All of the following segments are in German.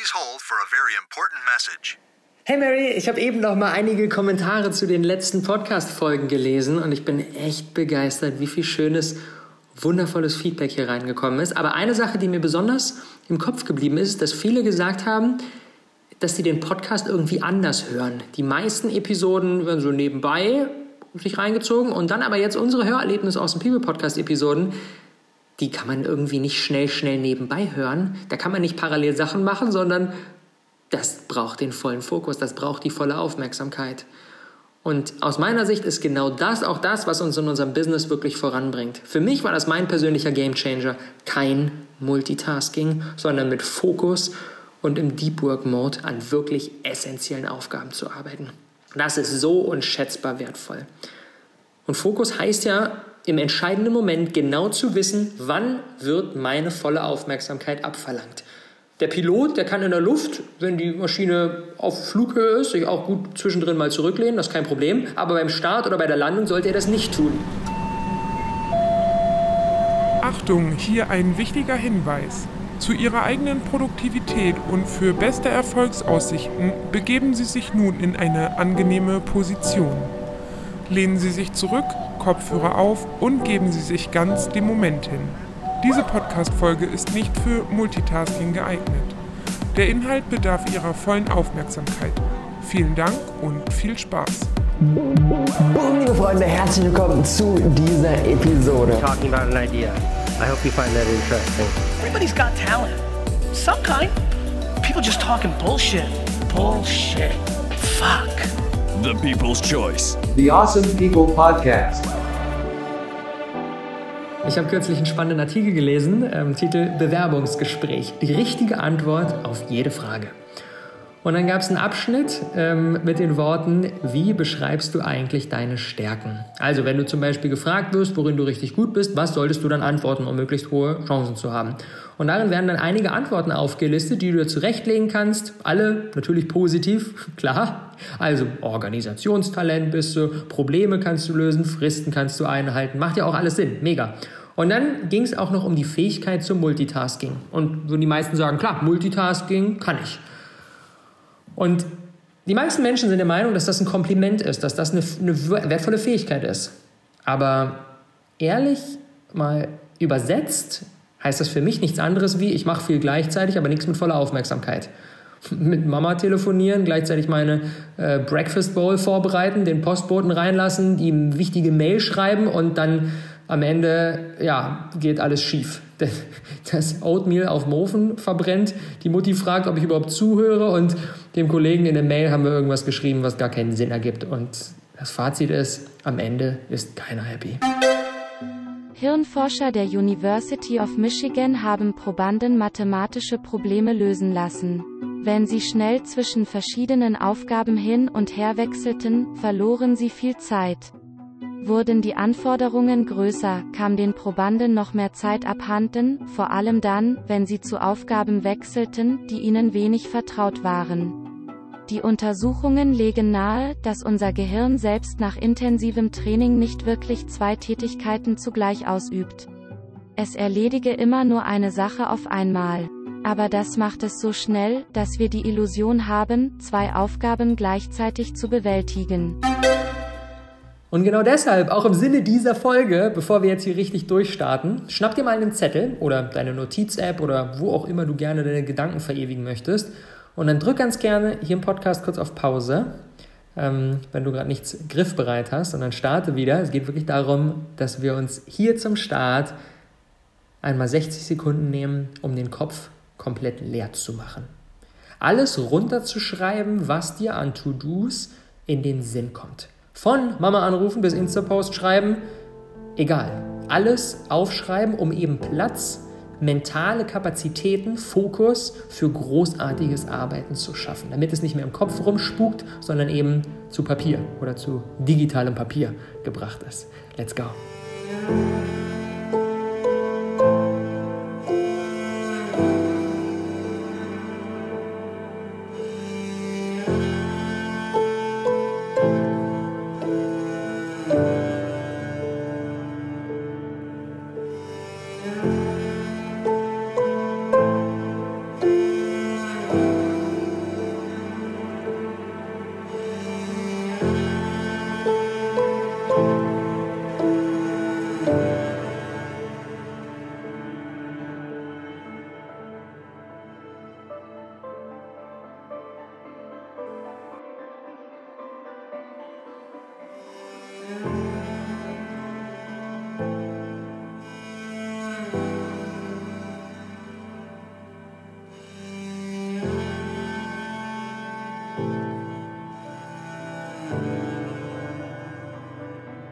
Please hold for a very important message. Hey Mary, ich habe eben noch mal einige Kommentare zu den letzten Podcast-Folgen gelesen und ich bin echt begeistert, wie viel schönes, wundervolles Feedback hier reingekommen ist. Aber eine Sache, die mir besonders im Kopf geblieben ist, dass viele gesagt haben, dass sie den Podcast irgendwie anders hören. Die meisten Episoden werden so nebenbei sich reingezogen und dann aber jetzt unsere Hörerlebnisse aus den People-Podcast-Episoden, die kann man irgendwie nicht schnell nebenbei hören. Da kann man nicht parallel Sachen machen, sondern das braucht den vollen Fokus, das braucht die volle Aufmerksamkeit. Und aus meiner Sicht ist genau das auch das, was uns in unserem Business wirklich voranbringt. Für mich war das mein persönlicher Gamechanger. Kein Multitasking, sondern mit Fokus und im Deep Work Mode an wirklich essentiellen Aufgaben zu arbeiten. Das ist so unschätzbar wertvoll. Und Fokus heißt ja, im entscheidenden Moment genau zu wissen, wann wird meine volle Aufmerksamkeit abverlangt. Der Pilot, der kann in der Luft, wenn die Maschine auf Flughöhe ist, sich auch gut zwischendrin mal zurücklehnen, das ist kein Problem. Aber beim Start oder bei der Landung sollte er das nicht tun. Achtung, hier ein wichtiger Hinweis. Zu Ihrer eigenen Produktivität und für beste Erfolgsaussichten begeben Sie sich nun in eine angenehme Position. Lehnen Sie sich zurück, Kopfhörer auf und geben Sie sich ganz dem Moment hin. Diese Podcast-Folge ist nicht für Multitasking geeignet. Der Inhalt bedarf Ihrer vollen Aufmerksamkeit. Vielen Dank und viel Spaß. Boom, liebe Freunde, herzlich willkommen zu dieser Episode. Talking about an idea. I hope you find that interesting. Everybody's got talent. Some kind. People just talking bullshit. Bullshit. Fuck. The People's Choice. The Awesome People Podcast. Ich habe kürzlich einen spannenden Artikel gelesen, Titel Bewerbungsgespräch. Die richtige Antwort auf jede Frage. Und dann gab es einen Abschnitt mit den Worten, wie beschreibst du eigentlich deine Stärken? Also wenn du zum Beispiel gefragt wirst, worin du richtig gut bist, was solltest du dann antworten, um möglichst hohe Chancen zu haben? Und darin werden dann einige Antworten aufgelistet, die du dir zurechtlegen kannst. Alle natürlich positiv, klar. Also Organisationstalent bist du, Probleme kannst du lösen, Fristen kannst du einhalten. Macht ja auch alles Sinn, mega. Und dann ging es auch noch um die Fähigkeit zum Multitasking. Und so die meisten sagen, klar, Multitasking kann ich. Und die meisten Menschen sind der Meinung, dass das ein Kompliment ist, dass das eine wertvolle Fähigkeit ist. Aber ehrlich mal übersetzt heißt das für mich nichts anderes wie, ich mache viel gleichzeitig, aber nichts mit voller Aufmerksamkeit. Mit Mama telefonieren, gleichzeitig meine Breakfast Bowl vorbereiten, den Postboten reinlassen, ihm wichtige Mail schreiben und dann am Ende, ja, geht alles schief. Das Oatmeal auf dem Ofen verbrennt, die Mutti fragt, ob ich überhaupt zuhöre und dem Kollegen in der Mail haben wir irgendwas geschrieben, was gar keinen Sinn ergibt. Und das Fazit ist, am Ende ist keiner happy. Hirnforscher der University of Michigan haben Probanden mathematische Probleme lösen lassen. Wenn sie schnell zwischen verschiedenen Aufgaben hin und her wechselten, verloren sie viel Zeit. Wurden die Anforderungen größer, kam den Probanden noch mehr Zeit abhanden, vor allem dann, wenn sie zu Aufgaben wechselten, die ihnen wenig vertraut waren. Die Untersuchungen legen nahe, dass unser Gehirn selbst nach intensivem Training nicht wirklich zwei Tätigkeiten zugleich ausübt. Es erledige immer nur eine Sache auf einmal. Aber das macht es so schnell, dass wir die Illusion haben, zwei Aufgaben gleichzeitig zu bewältigen. Und genau deshalb, auch im Sinne dieser Folge, bevor wir jetzt hier richtig durchstarten, schnapp dir mal einen Zettel oder deine Notiz-App oder wo auch immer du gerne deine Gedanken verewigen möchtest und dann drück ganz gerne hier im Podcast kurz auf Pause, wenn du gerade nichts griffbereit hast, und dann starte wieder. Es geht wirklich darum, dass wir uns hier zum Start einmal 60 Sekunden nehmen, um den Kopf komplett leer zu machen. Alles runterzuschreiben, was dir an To-Dos in den Sinn kommt. Von Mama anrufen bis Insta-Post schreiben, egal. Alles aufschreiben, um eben Platz, mentale Kapazitäten, Fokus für großartiges Arbeiten zu schaffen. Damit es nicht mehr im Kopf rumspukt, sondern eben zu Papier oder zu digitalem Papier gebracht ist. Let's go.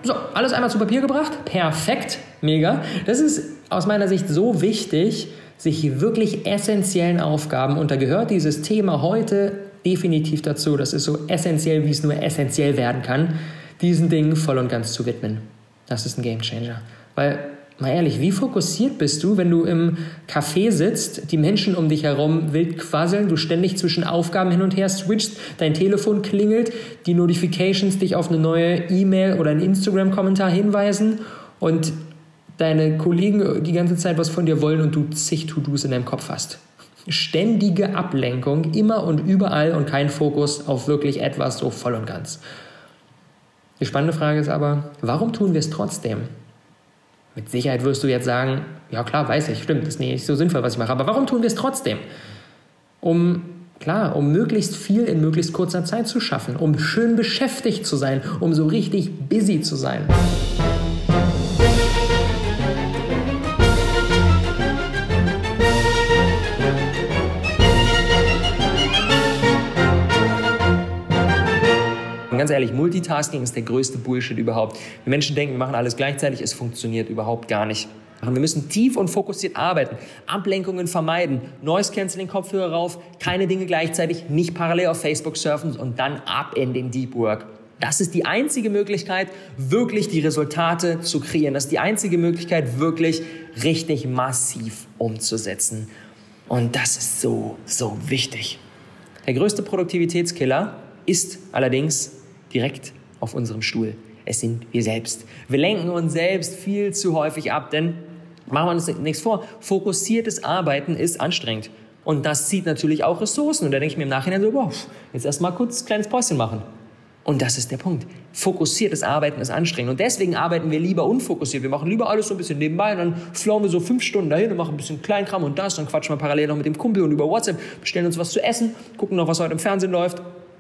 So, alles einmal zu Papier gebracht. Perfekt, mega. Das ist aus meiner Sicht so wichtig, sich wirklich essentiellen Aufgaben, und da gehört dieses Thema heute definitiv dazu, das ist so essentiell, wie es nur essentiell werden kann, diesen Dingen voll und ganz zu widmen. Das ist ein Gamechanger. Weil, mal ehrlich, wie fokussiert bist du, wenn du im Café sitzt, die Menschen um dich herum wild quasseln, du ständig zwischen Aufgaben hin und her switchst, dein Telefon klingelt, die Notifications dich auf eine neue E-Mail oder einen Instagram-Kommentar hinweisen und deine Kollegen die ganze Zeit was von dir wollen und du zig To-Dos in deinem Kopf hast. Ständige Ablenkung, immer und überall und kein Fokus auf wirklich etwas so voll und ganz. Die spannende Frage ist aber, warum tun wir es trotzdem? Mit Sicherheit wirst du jetzt sagen, ja klar, weiß ich, stimmt, ist nicht so sinnvoll, was ich mache, aber warum tun wir es trotzdem? Um möglichst viel in möglichst kurzer Zeit zu schaffen, um schön beschäftigt zu sein, um so richtig busy zu sein. Ganz ehrlich, Multitasking ist der größte Bullshit überhaupt. Die Menschen denken, wir machen alles gleichzeitig, es funktioniert überhaupt gar nicht. Wir müssen tief und fokussiert arbeiten, Ablenkungen vermeiden, Noise Cancelling, Kopfhörer rauf, keine Dinge gleichzeitig, nicht parallel auf Facebook surfen und dann ab in den Deep Work. Das ist die einzige Möglichkeit, wirklich die Resultate zu kreieren. Das ist die einzige Möglichkeit, wirklich richtig massiv umzusetzen. Und das ist so, so wichtig. Der größte Produktivitätskiller ist allerdings direkt auf unserem Stuhl. Es sind wir selbst. Wir lenken uns selbst viel zu häufig ab, denn machen wir uns nichts vor, fokussiertes Arbeiten ist anstrengend. Und das zieht natürlich auch Ressourcen. Und da denke ich mir im Nachhinein so, boah, jetzt erst mal kurz ein kleines Päuschen machen. Und das ist der Punkt. Fokussiertes Arbeiten ist anstrengend. Und deswegen arbeiten wir lieber unfokussiert. Wir machen lieber alles so ein bisschen nebenbei und dann flowen wir so 5 Stunden dahin und machen ein bisschen Kleinkram und das. Dann quatschen wir parallel noch mit dem Kumpel und über WhatsApp, bestellen uns was zu essen, gucken noch, was heute im Fernsehen läuft.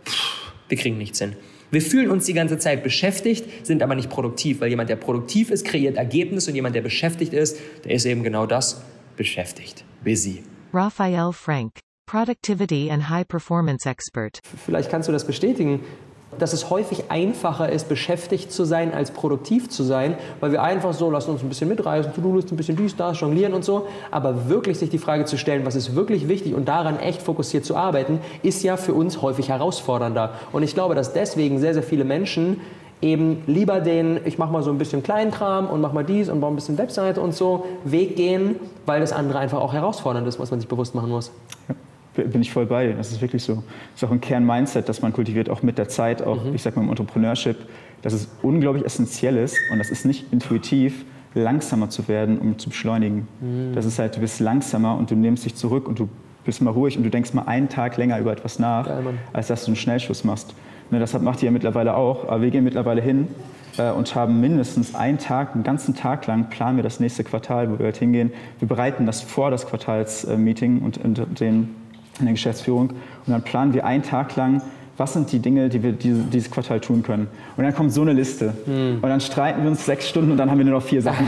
Wir kriegen nichts hin. Wir fühlen uns die ganze Zeit beschäftigt, sind aber nicht produktiv, weil jemand, der produktiv ist, kreiert Ergebnisse und jemand, der beschäftigt ist, der ist eben genau das, beschäftigt, busy. Raphael Frank, Productivity and High Performance Expert. Vielleicht kannst du das bestätigen, dass es häufig einfacher ist, beschäftigt zu sein, als produktiv zu sein, weil wir einfach so, lassen uns ein bisschen mitreisen, To-Do-List, ein bisschen dies, das, jonglieren und so, aber wirklich sich die Frage zu stellen, was ist wirklich wichtig und daran echt fokussiert zu arbeiten, ist ja für uns häufig herausfordernder. Und ich glaube, dass deswegen sehr, sehr viele Menschen eben lieber den, ich mache mal so ein bisschen Kleinkram und mache mal dies und baue ein bisschen Webseite und so, Weg gehen, weil das andere einfach auch herausfordernd ist, was man sich bewusst machen muss. Ja. Bin ich voll bei dir, das ist wirklich so. Das ist auch ein Kern-Mindset, das man kultiviert, auch mit der Zeit, auch ich sag mal im Entrepreneurship, dass es unglaublich essentiell ist und das ist nicht intuitiv, langsamer zu werden, um zu beschleunigen. Das ist halt, du bist langsamer und du nimmst dich zurück und du bist mal ruhig und du denkst mal einen Tag länger über etwas nach, als dass du einen Schnellschuss machst. Ne, das macht ihr ja mittlerweile auch, aber wir gehen mittlerweile hin und haben mindestens einen ganzen Tag lang, planen wir das nächste Quartal, wo wir halt hingehen. Wir bereiten das vor, das Quartalsmeeting und in der Geschäftsführung und dann planen wir einen Tag lang, was sind die Dinge, die wir dieses Quartal tun können. Und dann kommt so eine Liste und dann streiten wir uns 6 Stunden und dann haben wir nur noch 4 Sachen.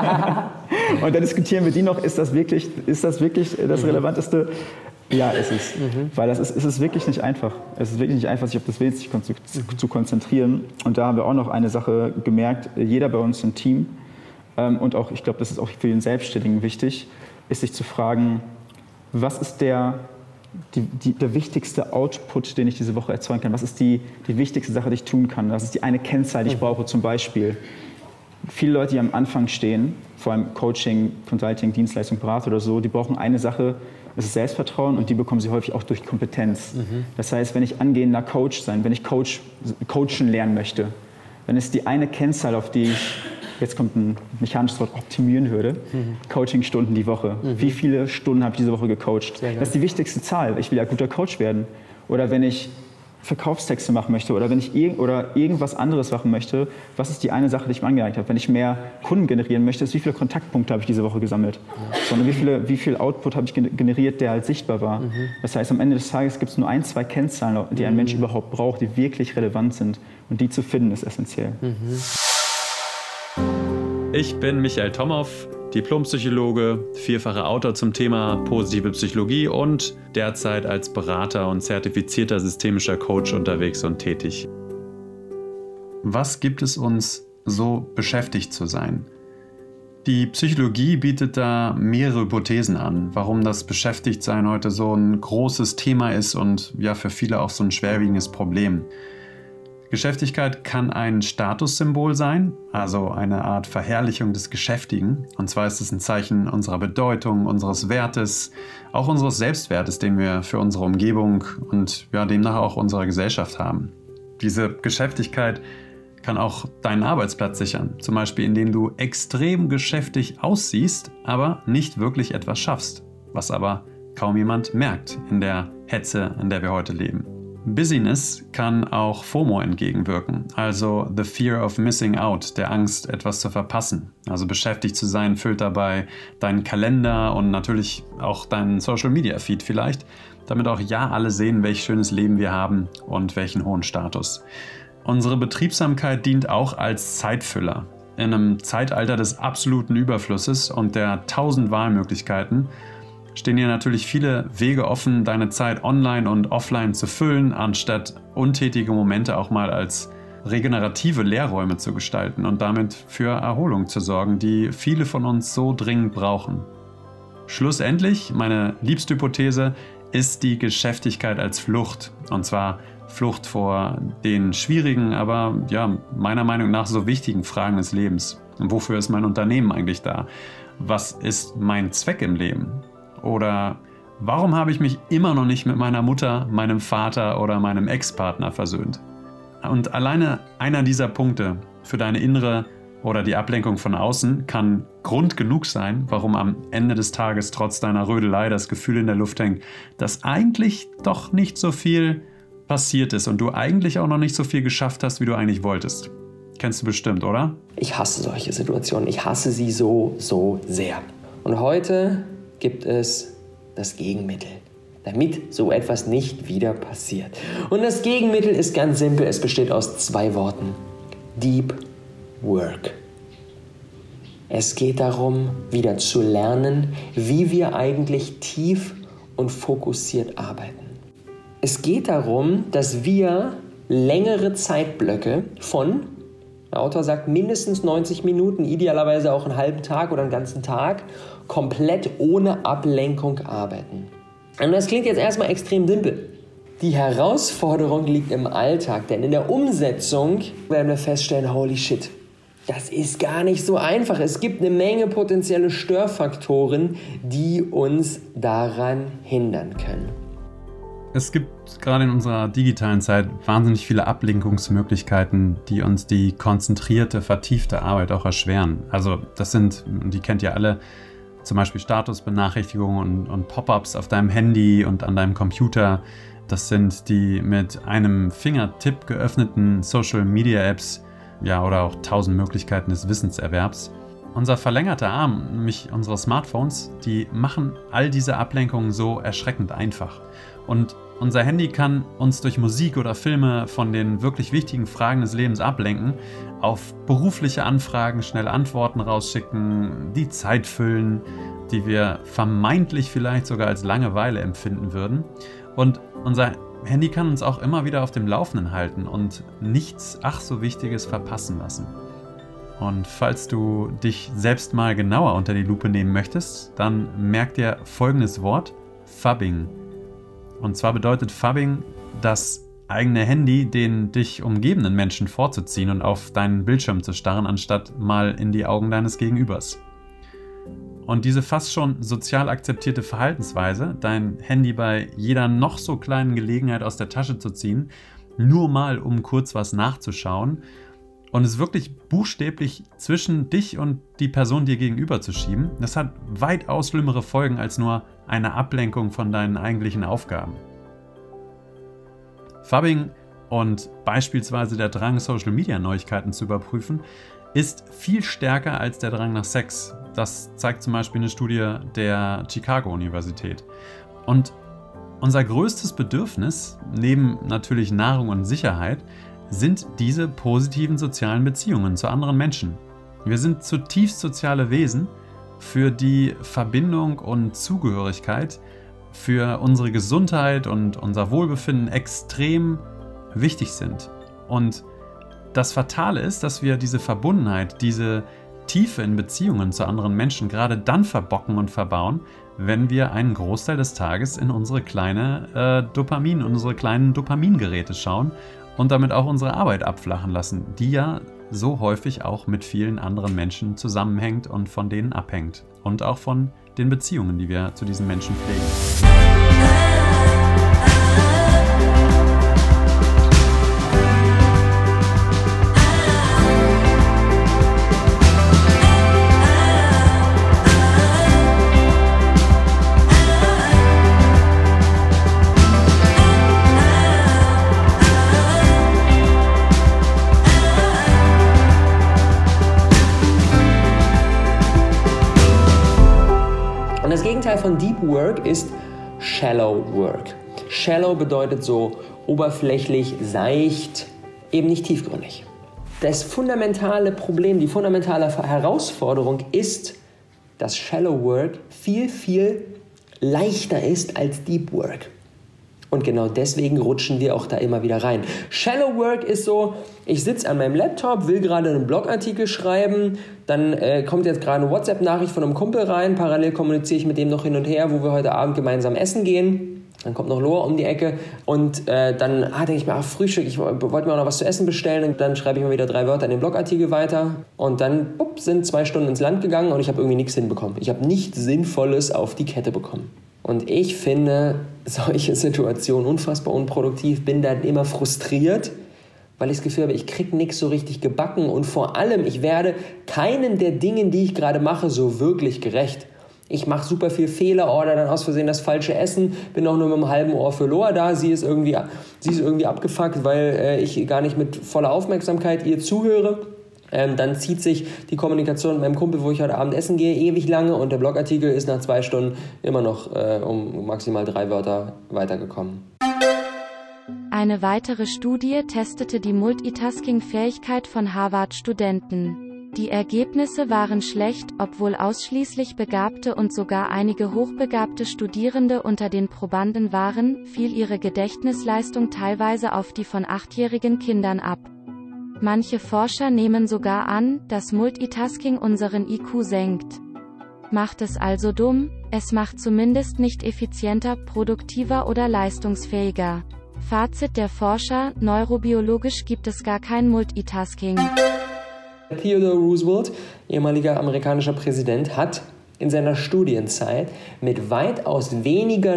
Und dann diskutieren wir die noch, ist das wirklich das Relevanteste? Ja, es ist. Weil es ist wirklich nicht einfach. Es ist wirklich nicht einfach, sich auf das Wesentliche zu konzentrieren. Und da haben wir auch noch eine Sache gemerkt, jeder bei uns im Team und auch, ich glaube, das ist auch für den Selbstständigen wichtig, ist sich zu fragen, was ist der wichtigste Output, den ich diese Woche erzeugen kann? Was ist die wichtigste Sache, die ich tun kann? Was ist die eine Kennzahl, die ich brauche zum Beispiel? Viele Leute, die am Anfang stehen, vor allem Coaching, Consulting, Dienstleistung, Berater oder so, die brauchen eine Sache, das ist Selbstvertrauen und die bekommen sie häufig auch durch Kompetenz. Das heißt, wenn ich angehender Coach wenn ich coachen lernen möchte, dann ist die eine Kennzahl, auf die ich, jetzt kommt ein mechanisches Wort, optimieren würde, Coaching-Stunden die Woche. Wie viele Stunden habe ich diese Woche gecoacht? Das ist die wichtigste Zahl. Ich will ja guter Coach werden. Oder wenn ich Verkaufstexte machen möchte oder wenn ich irgendwas anderes machen möchte, was ist die eine Sache, die ich mir angeeignet habe? Wenn ich mehr Kunden generieren möchte, ist, wie viele Kontaktpunkte habe ich diese Woche gesammelt? Sondern wie viel Output habe ich generiert, der halt sichtbar war? Das heißt, am Ende des Tages gibt es nur 1, 2 Kennzahlen, die ein Mensch überhaupt braucht, die wirklich relevant sind. Und die zu finden, ist essentiell. Ich bin Michael Tomhoff, Diplompsychologe, 4-facher Autor zum Thema positive Psychologie und derzeit als Berater und zertifizierter systemischer Coach unterwegs und tätig. Was gibt es uns so beschäftigt zu sein? Die Psychologie bietet da mehrere Hypothesen an, warum das Beschäftigtsein heute so ein großes Thema ist und ja für viele auch so ein schwerwiegendes Problem. Geschäftigkeit kann ein Statussymbol sein, also eine Art Verherrlichung des Geschäftigen. Und zwar ist es ein Zeichen unserer Bedeutung, unseres Wertes, auch unseres Selbstwertes, den wir für unsere Umgebung und ja, demnach auch unsere Gesellschaft haben. Diese Geschäftigkeit kann auch deinen Arbeitsplatz sichern, zum Beispiel indem du extrem geschäftig aussiehst, aber nicht wirklich etwas schaffst, was aber kaum jemand merkt in der Hetze, in der wir heute leben. Busyness kann auch FOMO entgegenwirken, also the fear of missing out, der Angst, etwas zu verpassen. Also beschäftigt zu sein, füllt dabei deinen Kalender und natürlich auch deinen Social-Media-Feed vielleicht, damit auch ja alle sehen, welch schönes Leben wir haben und welchen hohen Status. Unsere Betriebsamkeit dient auch als Zeitfüller. In einem Zeitalter des absoluten Überflusses und der 1000 Wahlmöglichkeiten stehen dir natürlich viele Wege offen, deine Zeit online und offline zu füllen, anstatt untätige Momente auch mal als regenerative Leerräume zu gestalten und damit für Erholung zu sorgen, die viele von uns so dringend brauchen. Schlussendlich, meine liebste Hypothese, ist die Geschäftigkeit als Flucht. Und zwar Flucht vor den schwierigen, aber ja, meiner Meinung nach so wichtigen Fragen des Lebens. Und wofür ist mein Unternehmen eigentlich da? Was ist mein Zweck im Leben? Oder warum habe ich mich immer noch nicht mit meiner Mutter, meinem Vater oder meinem Ex-Partner versöhnt? Und alleine einer dieser Punkte für deine innere oder die Ablenkung von außen kann Grund genug sein, warum am Ende des Tages trotz deiner Rödelei das Gefühl in der Luft hängt, dass eigentlich doch nicht so viel passiert ist und du eigentlich auch noch nicht so viel geschafft hast, wie du eigentlich wolltest. Kennst du bestimmt, oder? Ich hasse solche Situationen. Ich hasse sie so sehr. Und heute gibt es das Gegenmittel, damit so etwas nicht wieder passiert. Und das Gegenmittel ist ganz simpel. Es besteht aus 2 Worten. Deep Work. Es geht darum, wieder zu lernen, wie wir eigentlich tief und fokussiert arbeiten. Es geht darum, dass wir längere Zeitblöcke von, der Autor sagt, mindestens 90 Minuten, idealerweise auch einen halben Tag oder einen ganzen Tag, komplett ohne Ablenkung arbeiten. Und das klingt jetzt erstmal extrem simpel. Die Herausforderung liegt im Alltag, denn in der Umsetzung werden wir feststellen, holy shit, das ist gar nicht so einfach. Es gibt eine Menge potenzielle Störfaktoren, die uns daran hindern können. Es gibt gerade in unserer digitalen Zeit wahnsinnig viele Ablenkungsmöglichkeiten, die uns die konzentrierte, vertiefte Arbeit auch erschweren. Also das sind, die kennt ihr alle, zum Beispiel Statusbenachrichtigungen und Pop-ups auf deinem Handy und an deinem Computer. Das sind die mit einem Fingertipp geöffneten Social-Media-Apps, ja, oder auch 1000 Möglichkeiten des Wissenserwerbs. Unser verlängerter Arm, nämlich unsere Smartphones, die machen all diese Ablenkungen so erschreckend einfach. Und unser Handy kann uns durch Musik oder Filme von den wirklich wichtigen Fragen des Lebens ablenken, auf berufliche Anfragen schnell Antworten rausschicken, die Zeit füllen, die wir vermeintlich vielleicht sogar als Langeweile empfinden würden. Und unser Handy kann uns auch immer wieder auf dem Laufenden halten und nichts ach so Wichtiges verpassen lassen. Und falls du dich selbst mal genauer unter die Lupe nehmen möchtest, dann merk dir folgendes Wort: Phubbing. Und zwar bedeutet Phubbing, das eigene Handy den dich umgebenden Menschen vorzuziehen und auf deinen Bildschirm zu starren, anstatt mal in die Augen deines Gegenübers. Und diese fast schon sozial akzeptierte Verhaltensweise, dein Handy bei jeder noch so kleinen Gelegenheit aus der Tasche zu ziehen, nur mal um kurz was nachzuschauen und es wirklich buchstäblich zwischen dich und die Person dir gegenüber zu schieben, das hat weitaus schlimmere Folgen als nur eine Ablenkung von deinen eigentlichen Aufgaben. Phubbing und beispielsweise der Drang, Social-Media-Neuigkeiten zu überprüfen, ist viel stärker als der Drang nach Sex. Das zeigt zum Beispiel eine Studie der Chicago-Universität. Und unser größtes Bedürfnis, neben natürlich Nahrung und Sicherheit, sind diese positiven sozialen Beziehungen zu anderen Menschen. Wir sind zutiefst soziale Wesen, für die Verbindung und Zugehörigkeit für unsere Gesundheit und unser Wohlbefinden extrem wichtig sind. Und das Fatale ist, dass wir diese Verbundenheit, diese Tiefe in Beziehungen zu anderen Menschen gerade dann verbocken und verbauen, wenn wir einen Großteil des Tages in unsere kleinen Dopamingeräte schauen und damit auch unsere Arbeit abflachen lassen, die ja so häufig auch mit vielen anderen Menschen zusammenhängt und von denen abhängt. Und auch von den Beziehungen, die wir zu diesen Menschen pflegen. Und das Gegenteil von Deep Work ist Shallow Work. Shallow bedeutet so oberflächlich, seicht, eben nicht tiefgründig. Das fundamentale Problem, die fundamentale Herausforderung ist, dass Shallow Work viel, viel leichter ist als Deep Work. Und genau deswegen rutschen wir auch da immer wieder rein. Shallow Work ist so, ich sitze an meinem Laptop, will gerade einen Blogartikel schreiben, dann kommt jetzt gerade eine WhatsApp-Nachricht von einem Kumpel rein, parallel kommuniziere ich mit dem noch hin und her, wo wir heute Abend gemeinsam essen gehen. Dann kommt noch Loa um die Ecke und dann denke ich mir, Frühstück, ich wollte mir auch noch was zu essen bestellen. Und dann schreibe ich mal wieder 3 Wörter in den Blogartikel weiter und dann sind 2 Stunden ins Land gegangen und ich habe irgendwie nichts hinbekommen. Ich habe nichts Sinnvolles auf die Kette bekommen. Und ich finde solche Situationen unfassbar unproduktiv, bin dann immer frustriert, weil ich das Gefühl habe, ich kriege nichts so richtig gebacken und vor allem, ich werde keinen der Dingen, die ich gerade mache, so wirklich gerecht. Ich mache super viel Fehler, order dann aus Versehen das falsche Essen, bin auch nur mit einem halben Ohr für Loa da, sie ist irgendwie abgefuckt, weil ich gar nicht mit voller Aufmerksamkeit ihr zuhöre. Dann zieht sich die Kommunikation mit meinem Kumpel, wo ich heute Abend essen gehe, ewig lange und der Blogartikel ist nach 2 Stunden immer noch um maximal 3 Wörter weitergekommen. Eine weitere Studie testete die Multitasking-Fähigkeit von Harvard-Studenten. Die Ergebnisse waren schlecht, obwohl ausschließlich begabte und sogar einige hochbegabte Studierende unter den Probanden waren, fiel ihre Gedächtnisleistung teilweise auf die von 8-jährigen Kindern ab. Manche Forscher nehmen sogar an, dass Multitasking unseren IQ senkt. Macht es also dumm? Es macht zumindest nicht effizienter, produktiver oder leistungsfähiger. Fazit der Forscher: Neurobiologisch gibt es gar kein Multitasking. Theodore Roosevelt, ehemaliger amerikanischer Präsident, hat in seiner Studienzeit mit weitaus weniger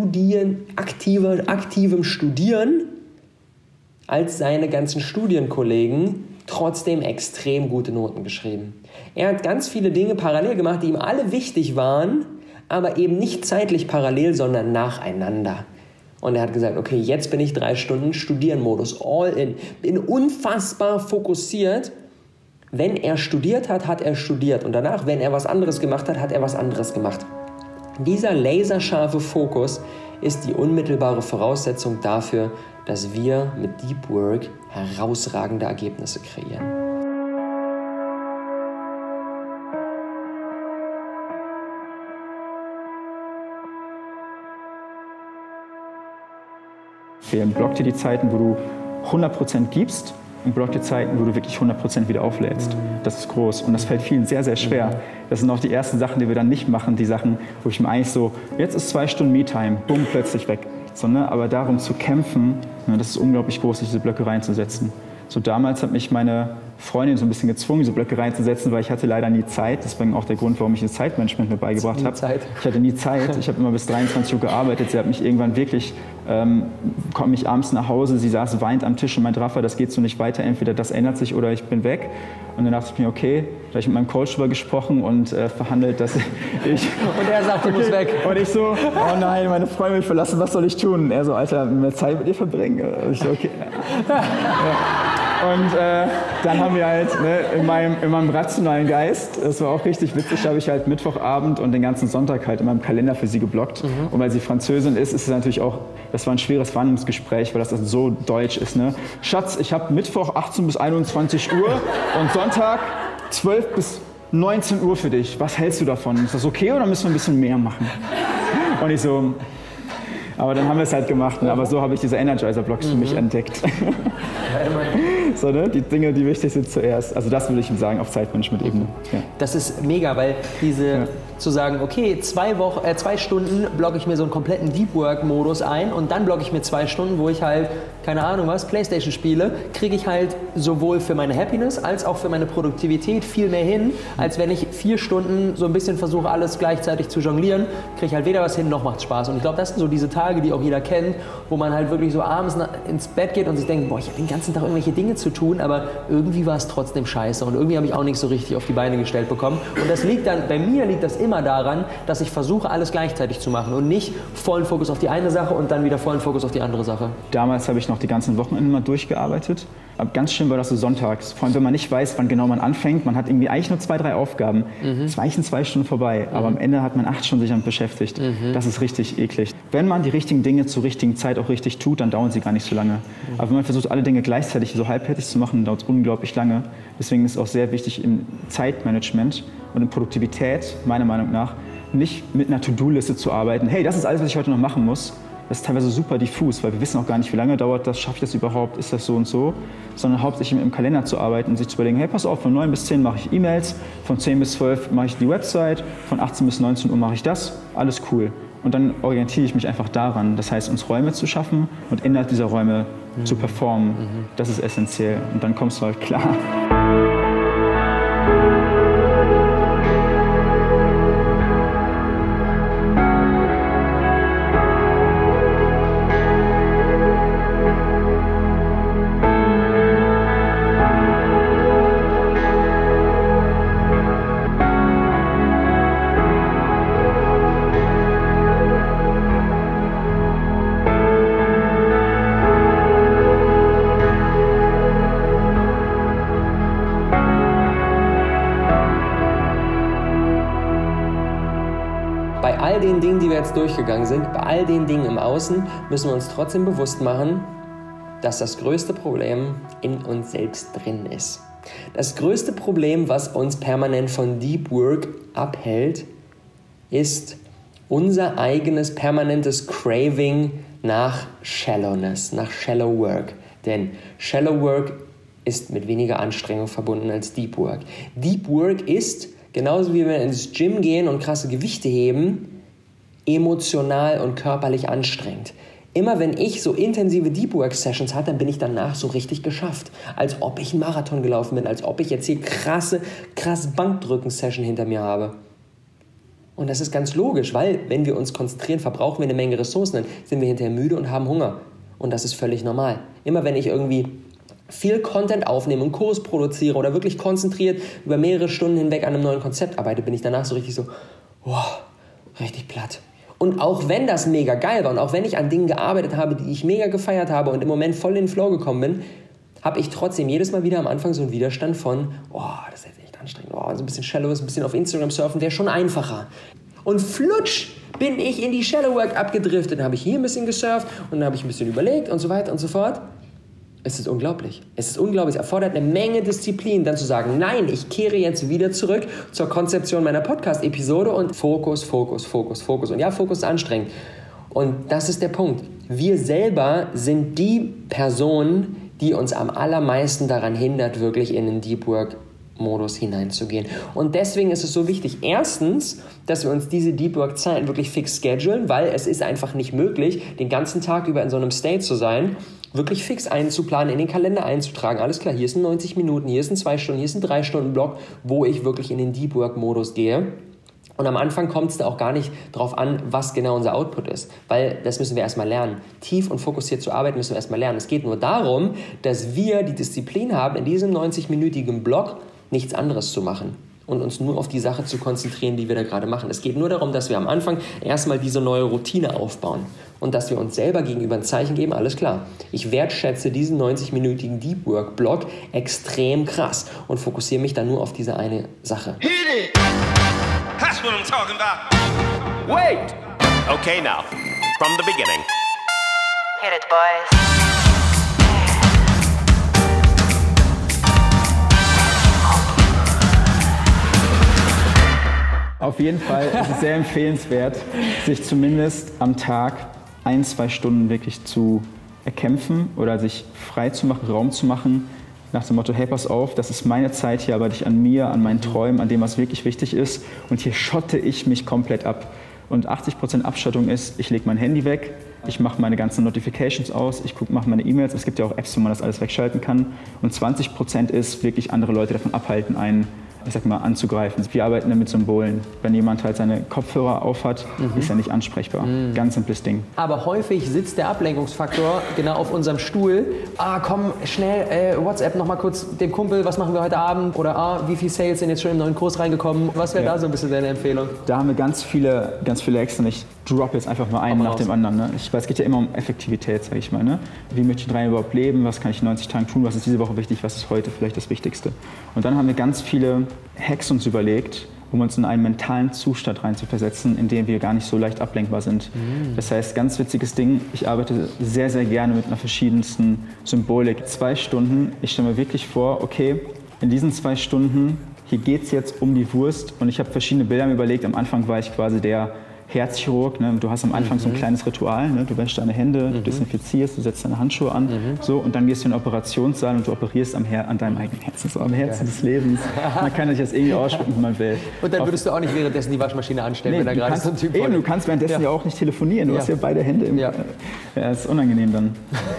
aktivem Studieren als seine ganzen Studienkollegen trotzdem extrem gute Noten geschrieben. Er hat ganz viele Dinge parallel gemacht, die ihm alle wichtig waren, aber eben nicht zeitlich parallel, sondern nacheinander. Und er hat gesagt, okay, jetzt bin ich 3 Stunden Studierenmodus, all in, bin unfassbar fokussiert. Wenn er studiert hat, hat er studiert und danach, wenn er was anderes gemacht hat, hat er was anderes gemacht. Dieser laserscharfe Fokus ist die unmittelbare Voraussetzung dafür, dass wir mit Deep Work herausragende Ergebnisse kreieren. Block dir die Zeiten, wo du 100% gibst und block dir Zeiten, wo du wirklich 100% wieder auflädst. Das ist groß und das fällt vielen sehr, sehr schwer. Das sind auch die ersten Sachen, die wir dann nicht machen, die Sachen, wo ich mir eigentlich so, jetzt ist 2 Stunden Me-Time, bumm, plötzlich weg. So, ne? Aber darum zu kämpfen, ne, das ist unglaublich groß, diese Blöcke reinzusetzen. So, damals hat mich meine Freundin so ein bisschen gezwungen, diese Blöcke reinzusetzen, weil ich hatte leider nie Zeit. Das war auch der Grund, warum ich das Zeitmanagement mir beigebracht habe. Ich hatte nie Zeit. Ich habe immer bis 23 Uhr gearbeitet. Sie hat mich irgendwann wirklich, komme ich abends nach Hause, sie saß weint am Tisch und meinte, Rafa, das geht so nicht weiter, entweder das ändert sich oder ich bin weg. Und dann dachte ich mir, okay, da habe ich mit meinem Coach drüber gesprochen und verhandelt, dass ich... Und er sagt, du musst weg. Und ich so, oh nein, meine Freundin will mich verlassen, was soll ich tun? Und er so, Alter, mehr Zeit mit ihr verbringen. Und ich so, okay. Ja. Und dann haben wir halt in meinem rationalen Geist, das war auch richtig witzig, habe ich halt Mittwochabend und den ganzen Sonntag halt in meinem Kalender für sie geblockt. Und weil sie Französin ist es natürlich auch, das war ein schweres Verhandlungsgespräch, weil das so deutsch ist. Ne? Schatz, ich habe Mittwoch 18 bis 21 Uhr und Sonntag 12 bis 19 Uhr für dich. Was hältst du davon? Ist das okay oder müssen wir ein bisschen mehr machen? Und ich so... Aber dann haben wir es halt gemacht. Ne? Aber so habe ich diese Energizer-Blocks für mich entdeckt. So, ne? Die Dinge, die wichtig sind zuerst. Also das würde ich ihm sagen auf Zeitmanagement-Ebene. Ja. Das ist mega, weil zu sagen, okay, 2 Stunden blocke ich mir so einen kompletten Deep Work-Modus ein und dann blocke ich mir 2 Stunden, wo ich halt, keine Ahnung was, Playstation spiele, kriege ich halt sowohl für meine Happiness als auch für meine Produktivität viel mehr hin, als wenn ich 4 Stunden so ein bisschen versuche, alles gleichzeitig zu jonglieren, kriege ich halt weder was hin, noch macht Spaß. Und ich glaube, das sind so diese Tage, die auch jeder kennt, wo man halt wirklich so abends ins Bett geht und sich denkt, boah, ich habe den ganzen Tag irgendwelche Dinge zu tun, aber irgendwie war es trotzdem scheiße und irgendwie habe ich auch nicht so richtig auf die Beine gestellt bekommen. Und das liegt dann, bei mir liegt das immer daran, dass ich versuche, alles gleichzeitig zu machen und nicht vollen Fokus auf die eine Sache und dann wieder vollen Fokus auf die andere Sache. Damals habe ich noch die ganzen Wochenenden mal durchgearbeitet. Aber ganz schön war das so sonntags. Vor allem, wenn man nicht weiß, wann genau man anfängt. Man hat irgendwie eigentlich nur 2, 3 Aufgaben. Es weichen 2 Stunden vorbei. Aber am Ende hat man 8 Stunden sich damit beschäftigt. Das ist richtig eklig. Wenn man die richtigen Dinge zur richtigen Zeit auch richtig tut, dann dauern sie gar nicht so lange. Aber wenn man versucht, alle Dinge gleichzeitig so halbherzig zu machen, dauert es unglaublich lange. Deswegen ist es auch sehr wichtig im Zeitmanagement und in Produktivität, meiner Meinung nach, nicht mit einer To-Do-Liste zu arbeiten. Hey, das ist alles, was ich heute noch machen muss. Das ist teilweise super diffus, weil wir wissen auch gar nicht, wie lange dauert das, schaffe ich das überhaupt, ist das so und so. Sondern hauptsächlich mit dem Kalender zu arbeiten und sich zu überlegen, hey, pass auf, von 9 bis 10 mache ich E-Mails, von 10 bis 12 mache ich die Website, von 18 bis 19 Uhr mache ich das, alles cool. Und dann orientiere ich mich einfach daran. Das heißt, uns Räume zu schaffen und innerhalb dieser Räume zu performen, das ist essentiell. Und dann kommst du halt klar. Bei all den Dingen, die wir jetzt durchgegangen sind, bei all den Dingen im Außen, müssen wir uns trotzdem bewusst machen, dass das größte Problem in uns selbst drin ist. Das größte Problem, was uns permanent von Deep Work abhält, ist unser eigenes permanentes Craving nach Shallowness, nach Shallow Work. Denn Shallow Work ist mit weniger Anstrengung verbunden als Deep Work. Deep Work ist, genauso wie wir ins Gym gehen und krasse Gewichte heben, emotional und körperlich anstrengend. Immer wenn ich so intensive Deep Work Sessions hatte, dann bin ich danach so richtig geschafft. Als ob ich einen Marathon gelaufen bin, als ob ich jetzt hier krasse Bankdrücken-Session hinter mir habe. Und das ist ganz logisch, weil wenn wir uns konzentrieren, verbrauchen wir eine Menge Ressourcen, dann sind wir hinterher müde und haben Hunger. Und das ist völlig normal. Immer wenn ich irgendwie viel Content aufnehme, einen Kurs produziere oder wirklich konzentriert über mehrere Stunden hinweg an einem neuen Konzept arbeite, bin ich danach so richtig so, wow, richtig platt. Und auch wenn das mega geil war und auch wenn ich an Dingen gearbeitet habe, die ich mega gefeiert habe und im Moment voll in den Flow gekommen bin, habe ich trotzdem jedes Mal wieder am Anfang so einen Widerstand von, oh, das ist jetzt echt anstrengend, oh, so ein bisschen Shallow, ein bisschen auf Instagram surfen, wäre schon einfacher. Und flutsch bin ich in die Shallow Work abgedriftet, dann habe ich hier ein bisschen gesurft und dann habe ich ein bisschen überlegt und so weiter und so fort. Es ist unglaublich. Es ist unglaublich. Es erfordert eine Menge Disziplin, dann zu sagen, nein, ich kehre jetzt wieder zurück zur Konzeption meiner Podcast-Episode und Fokus. Und ja, Fokus ist anstrengend. Und das ist der Punkt. Wir selber sind die Person, die uns am allermeisten daran hindert, wirklich in den Deep Work-Modus hineinzugehen. Und deswegen ist es so wichtig, erstens, dass wir uns diese Deep Work-Zeiten wirklich fix schedulen, weil es ist einfach nicht möglich, den ganzen Tag über in so einem State zu sein, wirklich fix einzuplanen, in den Kalender einzutragen. Alles klar, hier ist ein 90 Minuten, hier ist ein 2 Stunden, hier ist ein 3 Stunden Block, wo ich wirklich in den Deep Work-Modus gehe. Und am Anfang kommt es da auch gar nicht drauf an, was genau unser Output ist, weil das müssen wir erstmal lernen. Tief und fokussiert zu arbeiten müssen wir erstmal lernen. Es geht nur darum, dass wir die Disziplin haben, in diesem 90-minütigen Block nichts anderes zu machen und uns nur auf die Sache zu konzentrieren, die wir da gerade machen. Es geht nur darum, dass wir am Anfang erstmal diese neue Routine aufbauen und dass wir uns selber gegenüber ein Zeichen geben, alles klar. Ich wertschätze diesen 90-minütigen Deep Work Block extrem krass und fokussiere mich dann nur auf diese eine Sache. Hit it! That's what I'm talking about. Wait! Okay, now, from the beginning. Hit it, boys. Auf jeden Fall ist es sehr empfehlenswert, sich zumindest am Tag 1-2 Stunden wirklich zu erkämpfen oder sich frei zu machen, Raum zu machen, nach dem Motto, hey, pass auf, das ist meine Zeit, hier arbeite ich an mir, an meinen Träumen, an dem, was wirklich wichtig ist und hier schotte ich mich komplett ab. Und 80% Abschottung ist, ich lege mein Handy weg, ich mache meine ganzen Notifications aus, ich mache meine E-Mails, es gibt ja auch Apps, wo man das alles wegschalten kann. Und 20% ist wirklich andere Leute davon abhalten, einen anzugreifen. Wir arbeiten mit Symbolen. Wenn jemand halt seine Kopfhörer aufhat, ist er nicht ansprechbar. Ganz simples Ding. Aber häufig sitzt der Ablenkungsfaktor genau auf unserem Stuhl. Komm, schnell, WhatsApp noch mal kurz dem Kumpel, was machen wir heute Abend? Oder wie viele Sales sind jetzt schon im neuen Kurs reingekommen? Was wäre da so ein bisschen deine Empfehlung? Da haben wir ganz viele Extra. Ich drop jetzt einfach mal einen nach dem anderen. Ne? Es geht ja immer um Effektivität, sage ich mal. Ne? Wie möchte ich in 3 Jahren überhaupt leben? Was kann ich in 90 Tagen tun? Was ist diese Woche wichtig? Was ist heute vielleicht das Wichtigste? Und dann haben wir ganz viele Hacks uns überlegt, um uns in einen mentalen Zustand reinzuversetzen, in dem wir gar nicht so leicht ablenkbar sind. Das heißt, ganz witziges Ding, ich arbeite sehr, sehr gerne mit einer verschiedensten Symbolik. 2 Stunden, ich stelle mir wirklich vor, okay, in diesen 2 Stunden, hier geht es jetzt um die Wurst und ich habe verschiedene Bilder mir überlegt. Am Anfang war ich quasi der Herzchirurg, ne? Du hast am Anfang so ein kleines Ritual, ne? Du wäschst deine Hände, du desinfizierst, du setzt deine Handschuhe an, so, und dann gehst du in den Operationssaal und du operierst an deinem eigenen Herzen, so am Herzen des Lebens. Man kann sich das irgendwie ausspucken, wenn man will. Und dann würdest du auch nicht währenddessen die Waschmaschine anstellen, wenn da gerade so ein Typ du kannst währenddessen ja auch nicht telefonieren, du hast ja beide Hände im... Ja, das ist unangenehm dann.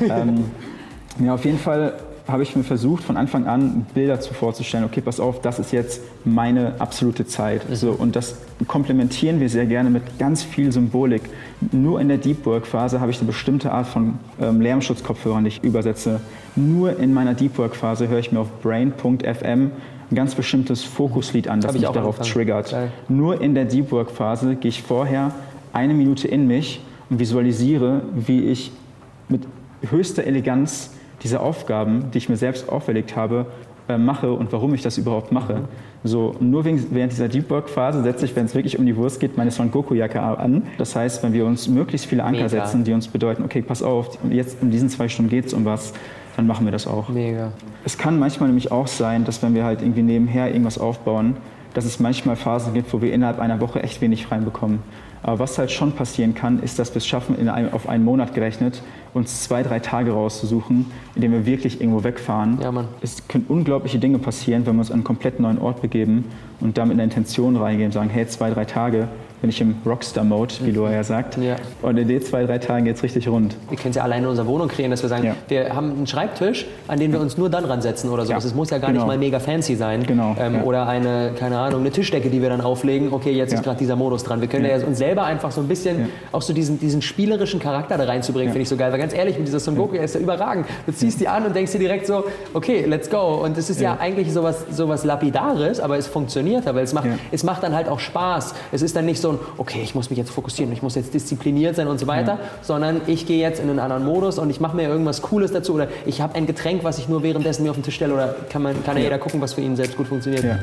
Ja, auf jeden Fall habe ich mir versucht, von Anfang an Bilder vorzustellen. Okay, pass auf, das ist jetzt meine absolute Zeit. So, und das komplementieren wir sehr gerne mit ganz viel Symbolik. Nur in der Deep Work Phase habe ich eine bestimmte Art von Lärmschutzkopfhörern, die ich übersetze. Nur in meiner Deep Work Phase höre ich mir auf brain.fm ein ganz bestimmtes Fokuslied an, das mich darauf triggert. Nur in der Deep Work Phase gehe ich vorher 1 Minute in mich und visualisiere, wie ich mit höchster Eleganz diese Aufgaben, die ich mir selbst auferlegt habe, mache und warum ich das überhaupt mache. So, nur während dieser Deep Work Phase setze ich, wenn es wirklich um die Wurst geht, meine Son Goku Jacke an. Das heißt, wenn wir uns möglichst viele Anker setzen, die uns bedeuten, okay, pass auf, jetzt in diesen 2 Stunden geht es um was, dann machen wir das auch. Mega. Es kann manchmal nämlich auch sein, dass wenn wir halt irgendwie nebenher irgendwas aufbauen, dass es manchmal Phasen gibt, wo wir innerhalb einer Woche echt wenig reinbekommen. Aber was halt schon passieren kann, ist, dass wir es schaffen, auf einen Monat gerechnet, uns 2, 3 Tage rauszusuchen, in denen wir wirklich irgendwo wegfahren. Ja, Mann. Es können unglaubliche Dinge passieren, wenn wir uns an einen komplett neuen Ort begeben und damit eine Intention reingehen und sagen, hey, 2, 3 Tage bin ich im Rockstar-Mode, wie Loa ja sagt. Ja. Und in den 2, 3 Tagen geht es richtig rund. Wir können es ja alleine in unserer Wohnung kreieren, dass wir sagen, wir haben einen Schreibtisch, an den wir uns nur dann ransetzen oder sowas. Es muss ja gar nicht mal mega fancy sein. Oder eine Tischdecke, die wir dann auflegen. Okay, jetzt ist gerade dieser Modus dran. Wir können ja uns selber einfach so ein bisschen auch so diesen spielerischen Charakter da reinzubringen, finde ich so geil. Weil ganz ehrlich, mit dieser Son Goku ist ja überragend. Du ziehst die an und denkst dir direkt so, okay, let's go. Und es ist ja eigentlich sowas Lapidares, aber es funktioniert, weil es macht dann halt auch Spaß. Es ist dann nicht so okay, ich muss mich jetzt fokussieren, ich muss jetzt diszipliniert sein und so weiter, sondern ich gehe jetzt in einen anderen Modus und ich mache mir irgendwas Cooles dazu oder ich habe ein Getränk, was ich nur währenddessen mir auf den Tisch stelle oder kann ja jeder gucken, was für ihn selbst gut funktioniert. Ja.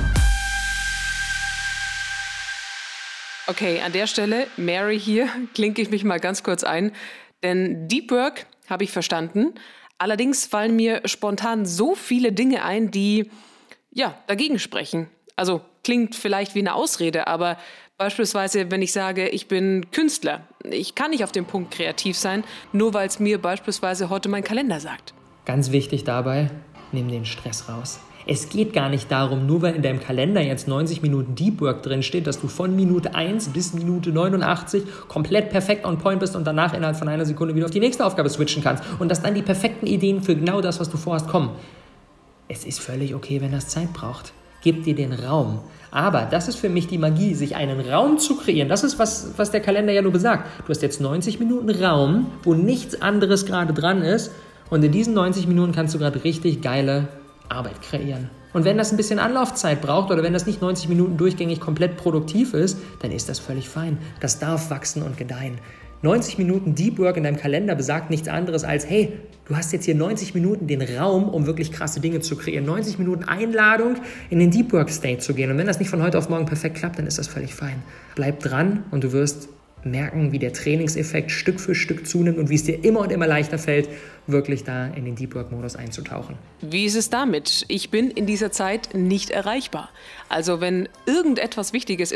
Okay, an der Stelle, Mary hier, klinke ich mich mal ganz kurz ein, denn Deep Work habe ich verstanden. Allerdings fallen mir spontan so viele Dinge ein, die dagegen sprechen. Also klingt vielleicht wie eine Ausrede, aber beispielsweise, wenn ich sage, ich bin Künstler, ich kann nicht auf dem Punkt kreativ sein, nur weil es mir beispielsweise heute mein Kalender sagt. Ganz wichtig dabei, nimm den Stress raus. Es geht gar nicht darum, nur weil in deinem Kalender jetzt 90 Minuten Deep Work drin steht, dass du von Minute 1 bis Minute 89 komplett perfekt on point bist und danach innerhalb von 1 Sekunde wieder auf die nächste Aufgabe switchen kannst und dass dann die perfekten Ideen für genau das, was du vorhast, kommen. Es ist völlig okay, wenn das Zeit braucht. Gib dir den Raum. Aber das ist für mich die Magie, sich einen Raum zu kreieren. Das ist, was der Kalender ja nur besagt. Du hast jetzt 90 Minuten Raum, wo nichts anderes gerade dran ist. Und in diesen 90 Minuten kannst du gerade richtig geile Arbeit kreieren. Und wenn das ein bisschen Anlaufzeit braucht oder wenn das nicht 90 Minuten durchgängig komplett produktiv ist, dann ist das völlig fein. Das darf wachsen und gedeihen. 90 Minuten Deep Work in deinem Kalender besagt nichts anderes als, hey, du hast jetzt hier 90 Minuten den Raum, um wirklich krasse Dinge zu kreieren. 90 Minuten Einladung, in den Deep Work State zu gehen. Und wenn das nicht von heute auf morgen perfekt klappt, dann ist das völlig fein. Bleib dran und du wirst merken, wie der Trainingseffekt Stück für Stück zunimmt und wie es dir immer und immer leichter fällt, wirklich da in den Deep Work Modus einzutauchen. Wie ist es damit? Ich bin in dieser Zeit nicht erreichbar. Also wenn irgendetwas Wichtiges ist,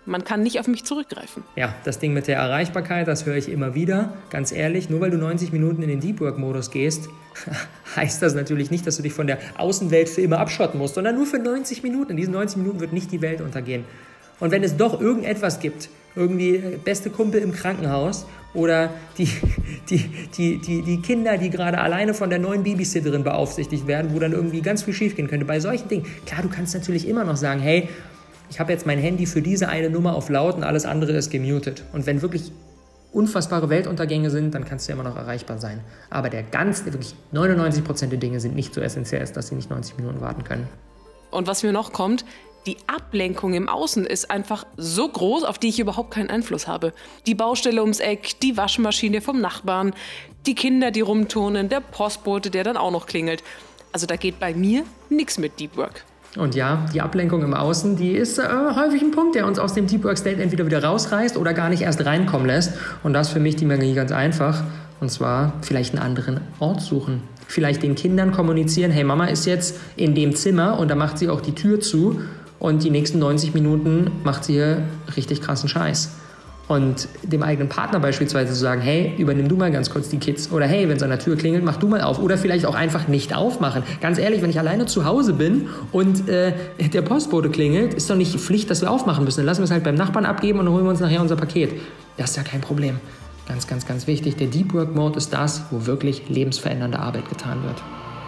Man kann nicht auf mich zurückgreifen. Ja, das Ding mit der Erreichbarkeit, das höre ich immer wieder. Ganz ehrlich, nur weil du 90 Minuten in den Deep Work-Modus gehst, heißt das natürlich nicht, dass du dich von der Außenwelt für immer abschotten musst, sondern nur für 90 Minuten. In diesen 90 Minuten wird nicht die Welt untergehen. Und wenn es doch irgendetwas gibt, irgendwie beste Kumpel im Krankenhaus oder die Kinder, die gerade alleine von der neuen Babysitterin beaufsichtigt werden, wo dann irgendwie ganz viel schiefgehen könnte, bei solchen Dingen, klar, du kannst natürlich immer noch sagen, hey, ich habe jetzt mein Handy für diese eine Nummer auf laut und alles andere ist gemutet. Und wenn wirklich unfassbare Weltuntergänge sind, dann kannst du immer noch erreichbar sein. Aber wirklich 99% der Dinge sind nicht so essentiell, als dass sie nicht 90 Minuten warten können. Und was mir noch kommt, die Ablenkung im Außen ist einfach so groß, auf die ich überhaupt keinen Einfluss habe. Die Baustelle ums Eck, die Waschmaschine vom Nachbarn, die Kinder, die rumturnen, der Postbote, der dann auch noch klingelt. Also da geht bei mir nichts mit Deep Work. Und ja, die Ablenkung im Außen, die ist häufig ein Punkt, der uns aus dem Deep Work State entweder wieder rausreißt oder gar nicht erst reinkommen lässt. Und das ist für mich die Magie ganz einfach. Und zwar vielleicht einen anderen Ort suchen. Vielleicht den Kindern kommunizieren, hey, Mama ist jetzt in dem Zimmer und da macht sie auch die Tür zu und die nächsten 90 Minuten macht sie hier richtig krassen Scheiß. Und dem eigenen Partner beispielsweise zu sagen, hey, übernimm du mal ganz kurz die Kids. Oder hey, wenn es an der Tür klingelt, mach du mal auf. Oder vielleicht auch einfach nicht aufmachen. Ganz ehrlich, wenn ich alleine zu Hause bin und der Postbote klingelt, ist doch nicht Pflicht, dass wir aufmachen müssen. Dann lassen wir es halt beim Nachbarn abgeben und dann holen wir uns nachher unser Paket. Das ist ja kein Problem. Ganz, ganz, ganz wichtig. Der Deep Work Mode ist das, wo wirklich lebensverändernde Arbeit getan wird.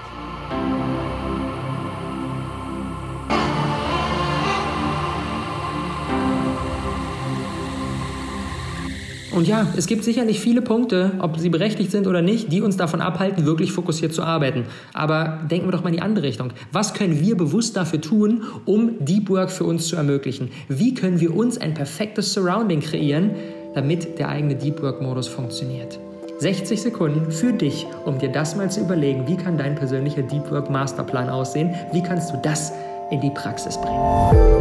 Und ja, es gibt sicherlich viele Punkte, ob sie berechtigt sind oder nicht, die uns davon abhalten, wirklich fokussiert zu arbeiten. Aber denken wir doch mal in die andere Richtung. Was können wir bewusst dafür tun, um Deep Work für uns zu ermöglichen? Wie können wir uns ein perfektes Surrounding kreieren, damit der eigene Deep Work-Modus funktioniert? 60 Sekunden für dich, um dir das mal zu überlegen. Wie kann dein persönlicher Deep Work-Masterplan aussehen? Wie kannst du das in die Praxis bringen?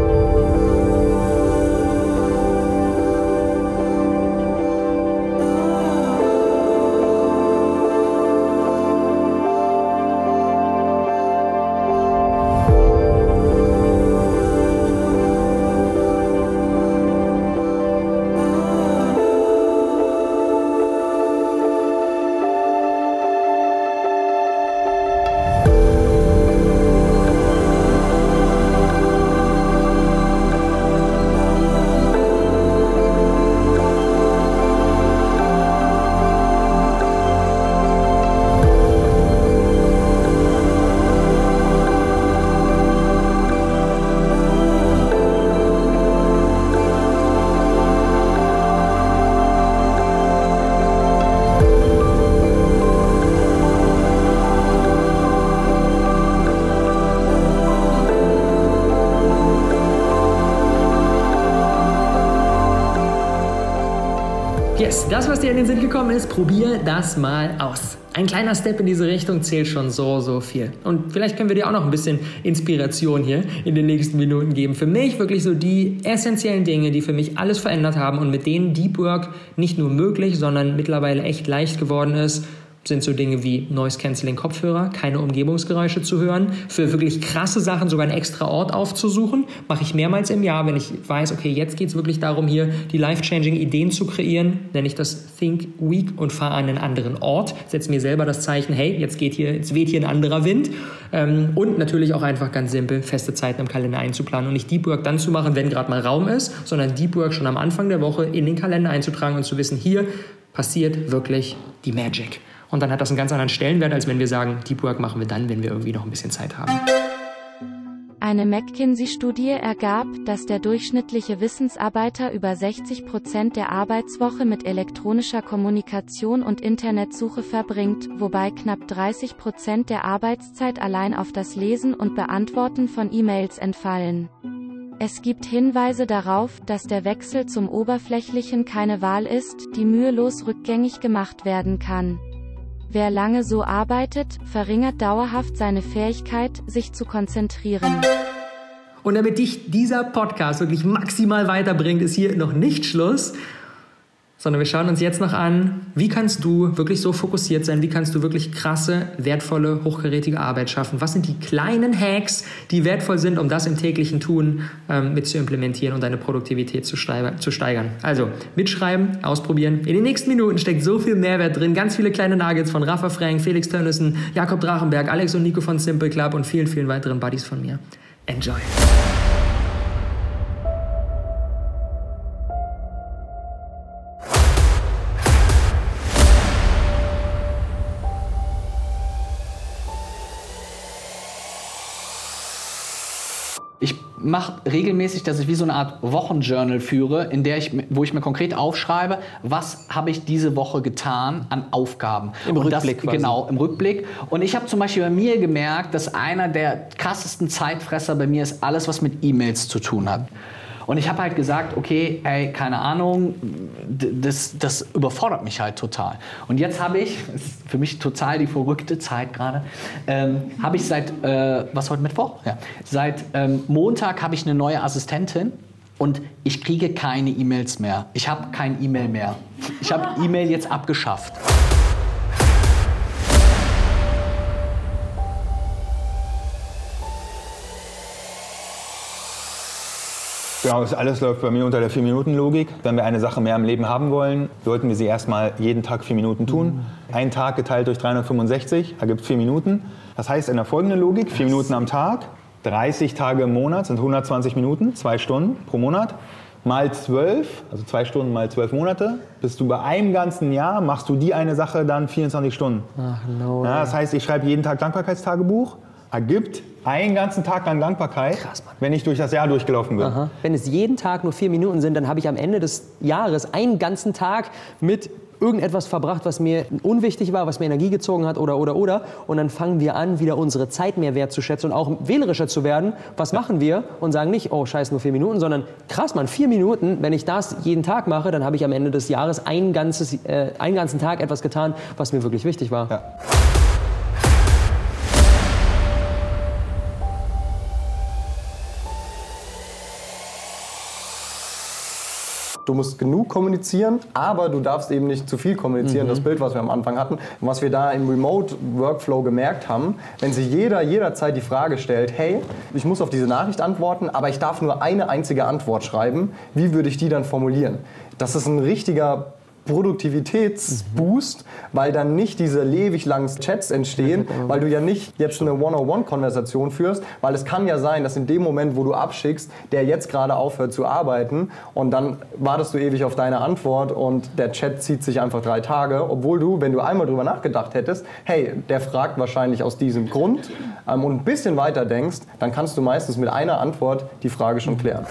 Yes, das, was dir in den Sinn gekommen ist, probier das mal aus. Ein kleiner Step in diese Richtung zählt schon so viel. Und vielleicht können wir dir auch noch ein bisschen Inspiration hier in den nächsten Minuten geben. Für mich wirklich so die essentiellen Dinge, die für mich alles verändert haben und mit denen Deep Work nicht nur möglich, sondern mittlerweile echt leicht geworden ist, sind so Dinge wie Noise-Canceling-Kopfhörer, keine Umgebungsgeräusche zu hören, für wirklich krasse Sachen sogar einen extra Ort aufzusuchen. Mache ich mehrmals im Jahr, wenn ich weiß, okay, jetzt geht es wirklich darum, hier die life-changing Ideen zu kreieren, nenne ich das Think Week und fahre an einen anderen Ort, setze mir selber das Zeichen, hey, jetzt weht hier ein anderer Wind. Und natürlich auch einfach ganz simpel, feste Zeiten im Kalender einzuplanen und nicht Deep Work dann zu machen, wenn gerade mal Raum ist, sondern Deep Work schon am Anfang der Woche in den Kalender einzutragen und zu wissen, hier passiert wirklich die Magic. Und dann hat das einen ganz anderen Stellenwert, als wenn wir sagen, Deep Work machen wir dann, wenn wir irgendwie noch ein bisschen Zeit haben. Eine McKinsey-Studie ergab, dass der durchschnittliche Wissensarbeiter über 60% der Arbeitswoche mit elektronischer Kommunikation und Internetsuche verbringt, wobei knapp 30% der Arbeitszeit allein auf das Lesen und Beantworten von E-Mails entfallen. Es gibt Hinweise darauf, dass der Wechsel zum Oberflächlichen keine Wahl ist, die mühelos rückgängig gemacht werden kann. Wer lange so arbeitet, verringert dauerhaft seine Fähigkeit, sich zu konzentrieren. Und damit dich dieser Podcast wirklich maximal weiterbringt, ist hier noch nicht Schluss. sondern wir schauen uns jetzt noch an, wie kannst du wirklich so fokussiert sein, wie kannst du wirklich krasse, wertvolle, hochkarätige Arbeit schaffen. Was sind die kleinen Hacks, die wertvoll sind, um das im täglichen Tun mit zu implementieren und deine Produktivität zu steigern. Also mitschreiben, ausprobieren. In den nächsten Minuten steckt so viel Mehrwert drin, ganz viele kleine Nuggets von Rafa Frank, Felix Tönnissen, Jakob Drachenberg, Alex und Nico von Simple Club und vielen, vielen weiteren Buddies von mir. Enjoy! Ich mache regelmäßig, dass ich wie so eine Art Wochenjournal führe, wo ich mir konkret aufschreibe, was habe ich diese Woche getan an Aufgaben. Im Rückblick quasi. Genau, im Rückblick. Und ich habe zum Beispiel bei mir gemerkt, dass einer der krassesten Zeitfresser bei mir ist alles, was mit E-Mails zu tun hat. Und ich habe halt gesagt, okay, ey, keine Ahnung, das überfordert mich halt total. Und jetzt habe ich, das ist für mich total die verrückte Zeit gerade, habe ich seit, was heute Mittwoch? Ja. Seit Montag habe ich eine neue Assistentin und ich kriege keine E-Mails mehr. Ich habe kein E-Mail mehr. Ich habe E-Mail jetzt abgeschafft. Genau, alles läuft bei mir unter der 4-Minuten-Logik. Wenn wir eine Sache mehr im Leben haben wollen, sollten wir sie erstmal jeden Tag 4 Minuten tun. Ein Tag geteilt durch 365 ergibt 4 Minuten. Das heißt in der folgenden Logik, 4 Minuten am Tag, 30 Tage im Monat sind 120 Minuten, 2 Stunden pro Monat. Mal 12, also 2 Stunden mal 12 Monate, bist du bei einem ganzen Jahr, machst du die eine Sache dann 24 Stunden. Ach no. Ja, das heißt, ich schreibe jeden Tag Dankbarkeitstagebuch, ergibt einen ganzen Tag lang Dankbarkeit, krass, wenn ich durch das Jahr durchgelaufen bin. Aha. Wenn es jeden Tag nur 4 Minuten sind, dann habe ich am Ende des Jahres einen ganzen Tag mit irgendetwas verbracht, was mir unwichtig war, was mir Energie gezogen hat oder. Und dann fangen wir an, wieder unsere Zeit mehr wertzuschätzen und auch wählerischer zu werden. Was machen wir? Und sagen nicht, oh scheiß, nur 4 Minuten, sondern krass, Mann, 4 Minuten, wenn ich das jeden Tag mache, dann habe ich am Ende des Jahres einen ganzen Tag etwas getan, was mir wirklich wichtig war. Ja. Du musst genug kommunizieren, aber du darfst eben nicht zu viel kommunizieren. Das Bild, was wir am Anfang hatten. Und was wir da im Remote-Workflow gemerkt haben, wenn sich jederzeit die Frage stellt, hey, ich muss auf diese Nachricht antworten, aber ich darf nur eine einzige Antwort schreiben, wie würde ich die dann formulieren? Das ist ein richtiger Produktivitätsboost, weil dann nicht diese ewig langen Chats entstehen, weil du ja nicht jetzt eine One-on-One-Konversation führst, weil es kann ja sein, dass in dem Moment, wo du abschickst, der jetzt gerade aufhört zu arbeiten und dann wartest du ewig auf deine Antwort und der Chat zieht sich einfach 3 Tage, obwohl du, wenn du einmal drüber nachgedacht hättest, hey, der fragt wahrscheinlich aus diesem Grund und ein bisschen weiter denkst, dann kannst du meistens mit einer Antwort die Frage schon klären.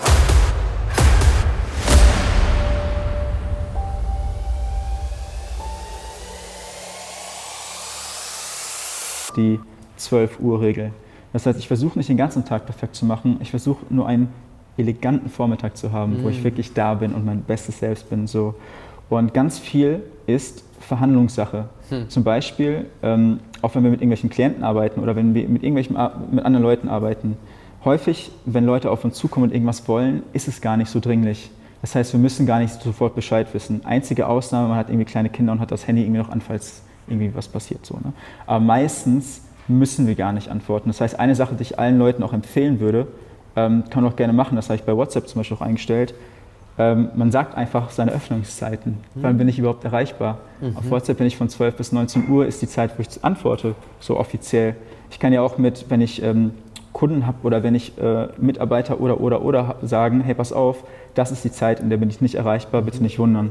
Die 12-Uhr-Regel. Das heißt, ich versuche nicht den ganzen Tag perfekt zu machen, ich versuche nur einen eleganten Vormittag zu haben, wo ich wirklich da bin und mein bestes Selbst bin. So. Und ganz viel ist Verhandlungssache. Zum Beispiel, auch wenn wir mit irgendwelchen Klienten arbeiten oder wenn wir mit anderen Leuten arbeiten. Häufig, wenn Leute auf uns zukommen und irgendwas wollen, ist es gar nicht so dringlich. Das heißt, wir müssen gar nicht sofort Bescheid wissen. Einzige Ausnahme, man hat irgendwie kleine Kinder und hat das Handy irgendwie noch an, falls irgendwie was passiert. So, ne? Aber meistens müssen wir gar nicht antworten. Das heißt, eine Sache, die ich allen Leuten auch empfehlen würde, kann man auch gerne machen, das habe ich bei WhatsApp zum Beispiel auch eingestellt, man sagt einfach seine Öffnungszeiten. Wann bin ich überhaupt erreichbar? Auf WhatsApp bin ich von 12 bis 19 Uhr, ist die Zeit, wo ich antworte, so offiziell. Ich kann ja auch wenn ich Kunden habe oder wenn ich Mitarbeiter oder sagen, hey, pass auf, das ist die Zeit, in der bin ich nicht erreichbar, bitte nicht wundern.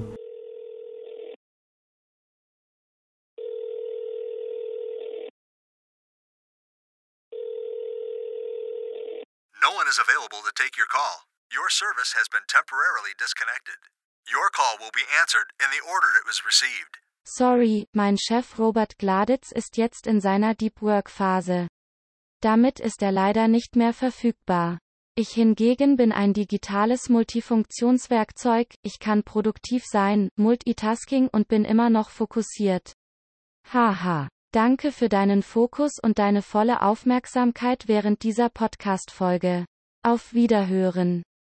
No one is available to take your call. Your service has been temporarily disconnected. Your call will be answered in the order it was received. Sorry, mein Chef Robert Gladitz ist jetzt in seiner Deep Work Phase. Damit ist er leider nicht mehr verfügbar. Ich hingegen bin ein digitales Multifunktionswerkzeug, ich kann produktiv sein, Multitasking und bin immer noch fokussiert. Haha. Danke für deinen Fokus und deine volle Aufmerksamkeit während dieser Podcast-Folge. Auf Wiederhören.